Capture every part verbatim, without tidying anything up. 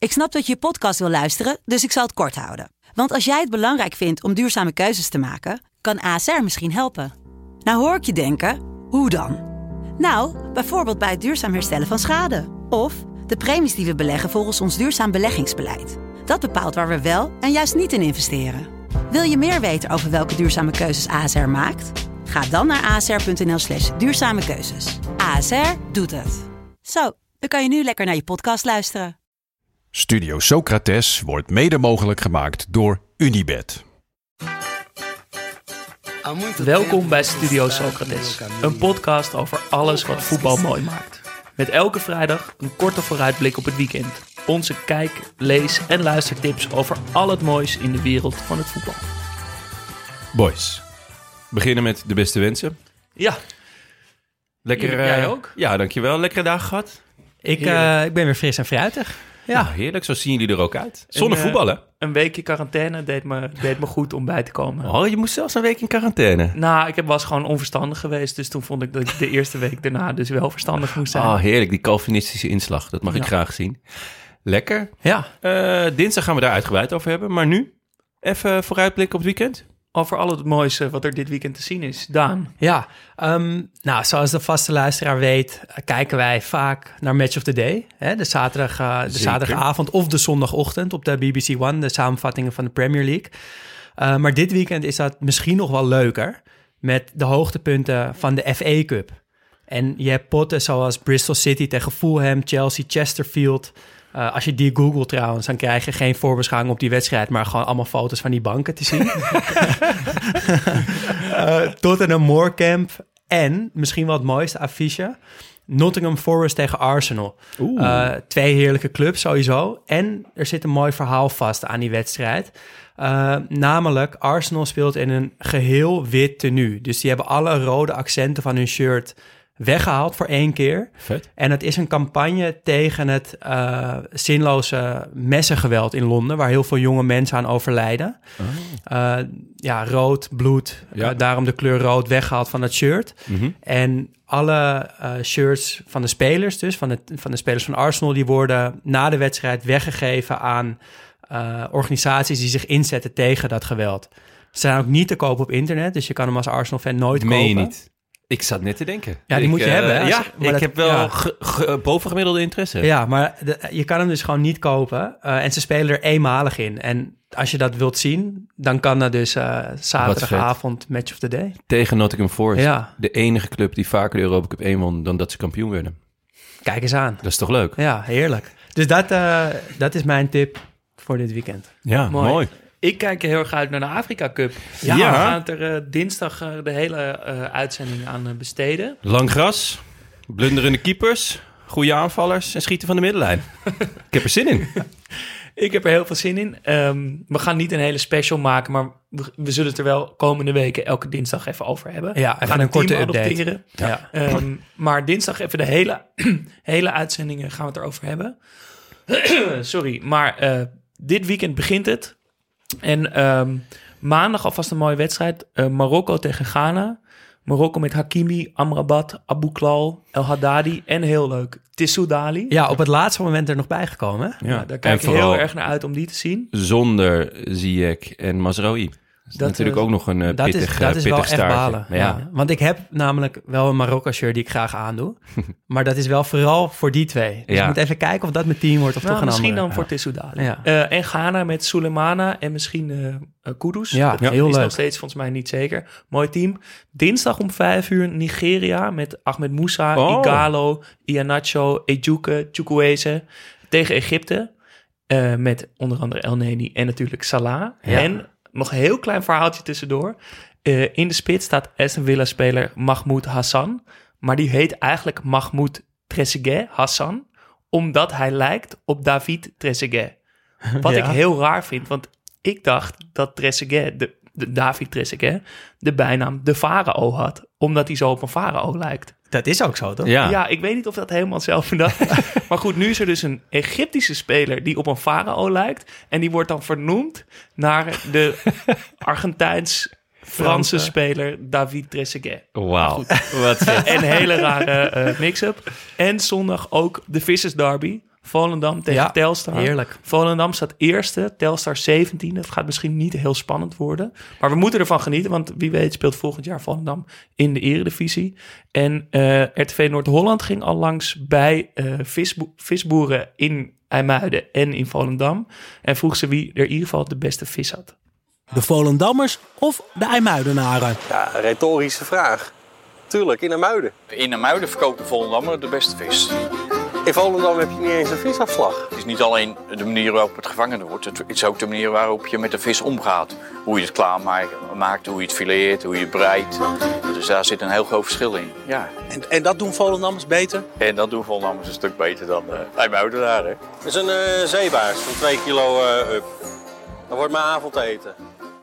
Ik snap dat je je podcast wil luisteren, dus ik zal het kort houden. Want als jij het belangrijk vindt om duurzame keuzes te maken, kan A S R misschien helpen. Nou hoor ik je denken, hoe dan? Nou, bijvoorbeeld bij het duurzaam herstellen van schade. Of de premies die we beleggen volgens ons duurzaam beleggingsbeleid. Dat bepaalt waar we wel en juist niet in investeren. Wil je meer weten over welke duurzame keuzes A S R maakt? Ga dan naar asr.nl slash duurzame keuzes. A S R doet het. Zo, dan kan je nu lekker naar je podcast luisteren. Studio Socrates wordt mede mogelijk gemaakt door Unibet. Welkom bij Studio Socrates, een podcast over alles wat voetbal mooi maakt. Met elke vrijdag een korte vooruitblik op het weekend. Onze kijk-, lees- en luistertips over al het moois in de wereld van het voetbal. Boys, beginnen met de beste wensen. Ja. Lekker, Jij uh, ook? Ja, dankjewel. Lekkere dagen gehad. Ik, uh, ik ben weer fris en fruitig. Ja, nou, heerlijk. Zo zien jullie er ook uit. Zonder een, voetballen. Uh, een weekje quarantaine deed me, deed me goed om bij te komen. Oh, je moest zelfs een week in quarantaine. Nou, ik was gewoon onverstandig geweest. Dus toen vond ik dat ik de eerste week daarna dus wel verstandig moest zijn. Oh, heerlijk. Die Calvinistische inslag. Dat mag ja. ik graag zien. Lekker. Ja. Uh, dinsdag gaan we daar uitgebreid over hebben. Maar nu, even vooruitblikken op het weekend. Over al het mooiste wat er dit weekend te zien is. Daan. Ja, um, nou, zoals de vaste luisteraar weet, uh, kijken wij vaak naar Match of the Day. Hè? De, zaterdag, uh, de zaterdagavond of de zondagochtend op de B B C One, de samenvattingen van de Premier League. Uh, maar dit weekend is dat misschien nog wel leuker met de hoogtepunten van de F A Cup. En je hebt potten zoals Bristol City tegen Fulham, Chelsea, Chesterfield. Uh, als je die googelt trouwens, dan krijg je geen voorbeschouwing op die wedstrijd, maar gewoon allemaal foto's van die banken te zien. uh, Tottenham Moorcamp en misschien wel het mooiste affiche, Nottingham Forest tegen Arsenal. Uh, twee heerlijke clubs sowieso. En er zit een mooi verhaal vast aan die wedstrijd. Uh, namelijk, Arsenal speelt in een geheel wit tenue. Dus die hebben alle rode accenten van hun shirt weggehaald voor één keer. Vet. En het is een campagne tegen het uh, zinloze messengeweld in Londen, waar heel veel jonge mensen aan overlijden. Oh. Uh, ja, rood, bloed, ja. Uh, daarom de kleur rood weggehaald van het shirt. Mm-hmm. En alle uh, shirts van de spelers, dus van de, van de spelers van Arsenal, die worden na de wedstrijd weggegeven aan uh, organisaties die zich inzetten tegen dat geweld. Ze zijn ook niet te kopen op internet, dus je kan hem als Arsenal-fan nooit Meen kopen. Je niet? Ik zat net te denken. Ja, die ik, moet je uh, hebben. Hè? Ja, Als, ik dat, heb wel ja. ge, ge, bovengemiddelde interesse. Ja, maar de, je kan hem dus gewoon niet kopen. Uh, en ze spelen er eenmalig in. En als je dat wilt zien, dan kan dat dus uh, zaterdagavond Match of the Day. Tegen Nottingham Forest. Ja. De enige club die vaker de Europa Cup één won dan dat ze kampioen werden. Kijk eens aan. Dat is toch leuk? Ja, heerlijk. Dus dat, uh, dat is mijn tip voor dit weekend. Ja, mooi. mooi. Ik kijk heel erg uit naar de Afrika Cup. Ja, ja. We gaan het er uh, dinsdag uh, de hele uh, uitzending aan uh, besteden. Lang gras, blunderende keepers, goede aanvallers en schieten van de middenlijn. Ik heb er zin in. Ik heb er heel veel zin in. Um, we gaan niet een hele special maken, maar we, we zullen het er wel komende weken elke dinsdag even over hebben. Ja, we gaan een, een korte update. Ja. Um, maar dinsdag even de hele, hele uitzendingen gaan we het erover hebben. Sorry, maar uh, dit weekend begint het. En um, maandag alvast een mooie wedstrijd. Uh, Marokko tegen Ghana. Marokko met Hakimi, Amrabat, Abou Klal, El Haddadi en heel leuk, Tissou Dali. Ja, op het laatste moment er nog bijgekomen. Ja, ja, daar kijk ik heel erg naar uit om die te zien. Zonder Ziyech en Mazraoui. Dat is dat, natuurlijk uh, ook nog een uh, dat pittig, is, dat is pittig wel echt balen. Ja. Ja. Want ik heb namelijk wel een Marokko-shirt die ik graag aandoe. Maar dat is wel vooral voor die twee. Dus ja. ik moet even kijken of dat mijn team wordt of nou, toch een misschien andere. Misschien dan voor Tissou Dali. Ja. Uh, en Ghana met Souleymana en misschien uh, uh, Kudus. Ja, dat ja. heel is leuk. nog steeds volgens mij niet zeker. Mooi team. Dinsdag om vijf uur Nigeria met Ahmed Musa, oh. Igalo, Iheanacho, Ejuke, Chukwueze tegen Egypte. Uh, met onder andere El Neni en natuurlijk Salah. Ja. En nog een heel klein verhaaltje tussendoor. Uh, in de spits staat Aston Villa-speler Mahmoud Hassan. Maar die heet eigenlijk Mahmoud Trezeguet Hassan. Omdat hij lijkt op David Trezeguet. Wat ja. ik heel raar vind. Want ik dacht dat Trezeguet, de, de David Trezeguet, de bijnaam de Farao had. Omdat hij zo op een Farao lijkt. Dat is ook zo, toch? Ja, ja ik weet niet of dat helemaal zelf bedacht is. Maar goed, nu is er dus een Egyptische speler die op een farao lijkt. En die wordt dan vernoemd naar de Argentijns-Franse speler David Trezeguet. Wauw, wat vet. Een hele rare uh, mix-up. En zondag ook de Vissers Derby. Volendam tegen Ja, Telstar. heerlijk. Volendam staat eerste, Telstar zeventiende. Het gaat misschien niet heel spannend worden. Maar we moeten ervan genieten, want wie weet speelt volgend jaar Volendam in de eredivisie. En uh, R T V Noord-Holland ging al langs bij uh, visbo- visboeren in IJmuiden en in Volendam. En vroeg ze wie er in ieder geval de beste vis had. De Volendammers of de IJmuidenaren? Ja, een retorische vraag. Tuurlijk, in IJmuiden. In IJmuiden verkoopt de Volendammer de beste vis. In Volendam heb je niet eens een visafslag. Het is niet alleen de manier waarop het gevangen wordt. Het is ook de manier waarop je met de vis omgaat. Hoe je het klaarmaakt, hoe je het fileert, hoe je het breidt. Dus daar zit een heel groot verschil in. Ja. En, en dat doen Volendammers beter? En dat doen Volendammers een stuk beter dan de IJmuidenaar. Hè? Dat is een uh, zeebaars van twee kilo uh, up. Dat wordt mijn avondeten.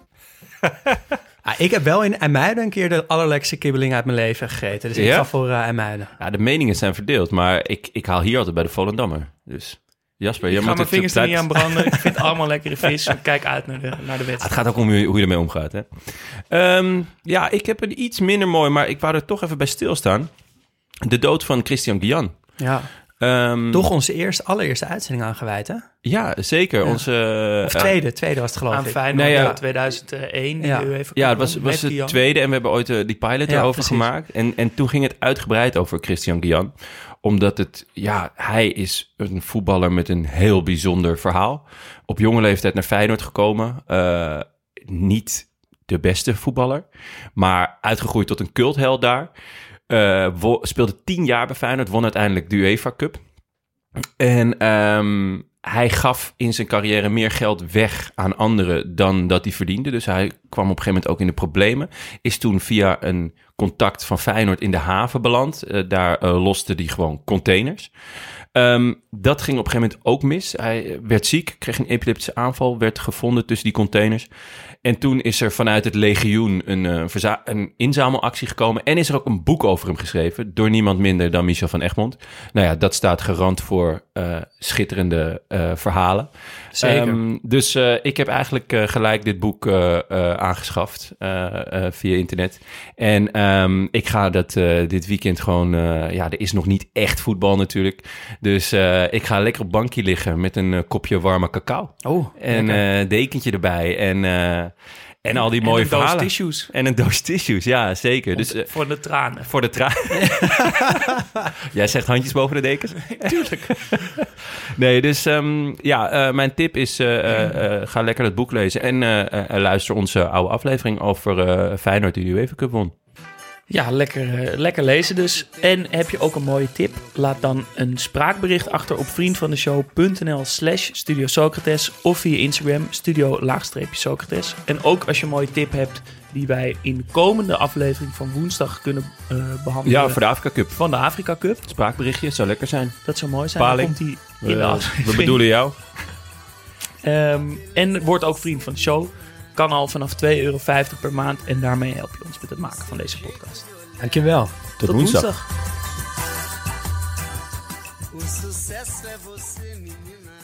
Ah, ik heb wel in IJmuiden een keer de allerlekkerste kibbeling uit mijn leven gegeten. Dus ik Ja? ga voor uh, IJmuiden. Ja, de meningen zijn verdeeld, maar ik, ik haal hier altijd bij de Volendammer. Dus Jasper, Ik jij ga moet mijn het vingers er op niet tijd- aan branden. Ik vind het allemaal lekkere vis. Kijk uit naar de, naar de Ah, het wedstrijd. gaat ook om hoe je, hoe je ermee omgaat, hè? Ehm, ja, ik heb een iets minder mooi, maar ik wou er toch even bij stilstaan. De dood van Christian Guillan. Ja. Ehm, Toch onze eerste, allereerste uitzending aangewijd, hè? Ja, zeker. Ja. Onze, Of eh, tweede, tweede was het geloof Aan ik. Feyenoord Nee, ja. in tweeduizend één. Ja. Die UEFA Ja, het Cup was, won was met het Guillan. tweede en we hebben ooit uh, die pilot Ja, erover precies. gemaakt. En, en toen ging het uitgebreid over Christian Guillan. Omdat het, ja, hij is een voetballer met een heel bijzonder verhaal. Op jonge leeftijd naar Feyenoord gekomen. Uh, niet de beste voetballer, maar uitgegroeid tot een cultheld daar. Uh, wo- speelde tien jaar bij Feyenoord, won uiteindelijk de UEFA Cup. En um, hij gaf in zijn carrière meer geld weg aan anderen dan dat hij verdiende. Dus hij kwam op een gegeven moment ook in de problemen. Is toen via een contact van Feyenoord in de haven beland. Uh, daar uh, loste hij gewoon containers. Um, dat ging op een gegeven moment ook mis. Hij werd ziek, kreeg een epileptische aanval, werd gevonden tussen die containers. En toen is er vanuit het legioen een, uh, verza- een inzamelactie gekomen. En is er ook een boek over hem geschreven door niemand minder dan Michel van Egmond. Nou ja, dat staat garant voor uh, schitterende uh, verhalen. Zeker. Um, dus uh, ik heb eigenlijk uh, gelijk dit boek uh, uh, aangeschaft uh, uh, via internet. En um, ik ga dat uh, dit weekend gewoon... Uh, ja, er is nog niet echt voetbal natuurlijk. Dus uh, ik ga lekker op bankje liggen met een uh, kopje warme cacao. Oh, En een uh, dekentje erbij. En, uh, en al die En mooie een doos verhalen. tissues. En een doos tissues, ja, zeker. Dus, uh, Voor de tranen. voor de traan. Jij zegt handjes boven de dekens? Tuurlijk. Nee, dus um, ja, uh, mijn tip is uh, uh, uh, ga lekker het boek lezen. En uh, uh, luister onze oude aflevering over uh, Feyenoord die de UEFA Cup won. Ja, lekker, uh, lekker lezen dus. En heb je ook een mooie tip? Laat dan een spraakbericht achter op vriendvandeshow.nl slash Studio Socrates of via Instagram studio laagstreepje Socrates. En ook als je een mooie tip hebt die wij in de komende aflevering van woensdag kunnen uh, behandelen. Ja, voor de Afrika Cup. Van de Afrika Cup. Spraakberichtje, zou lekker zijn. Dat zou mooi zijn. Paling. Dan komt die in de Uh, aflevering. we bedoelen jou. Um, en word ook vriend van de show. Kan al vanaf twee euro vijftig per maand. En daarmee help je ons met het maken van deze podcast. dankjewel. Tot, woensdag. O sucesso é você, menina.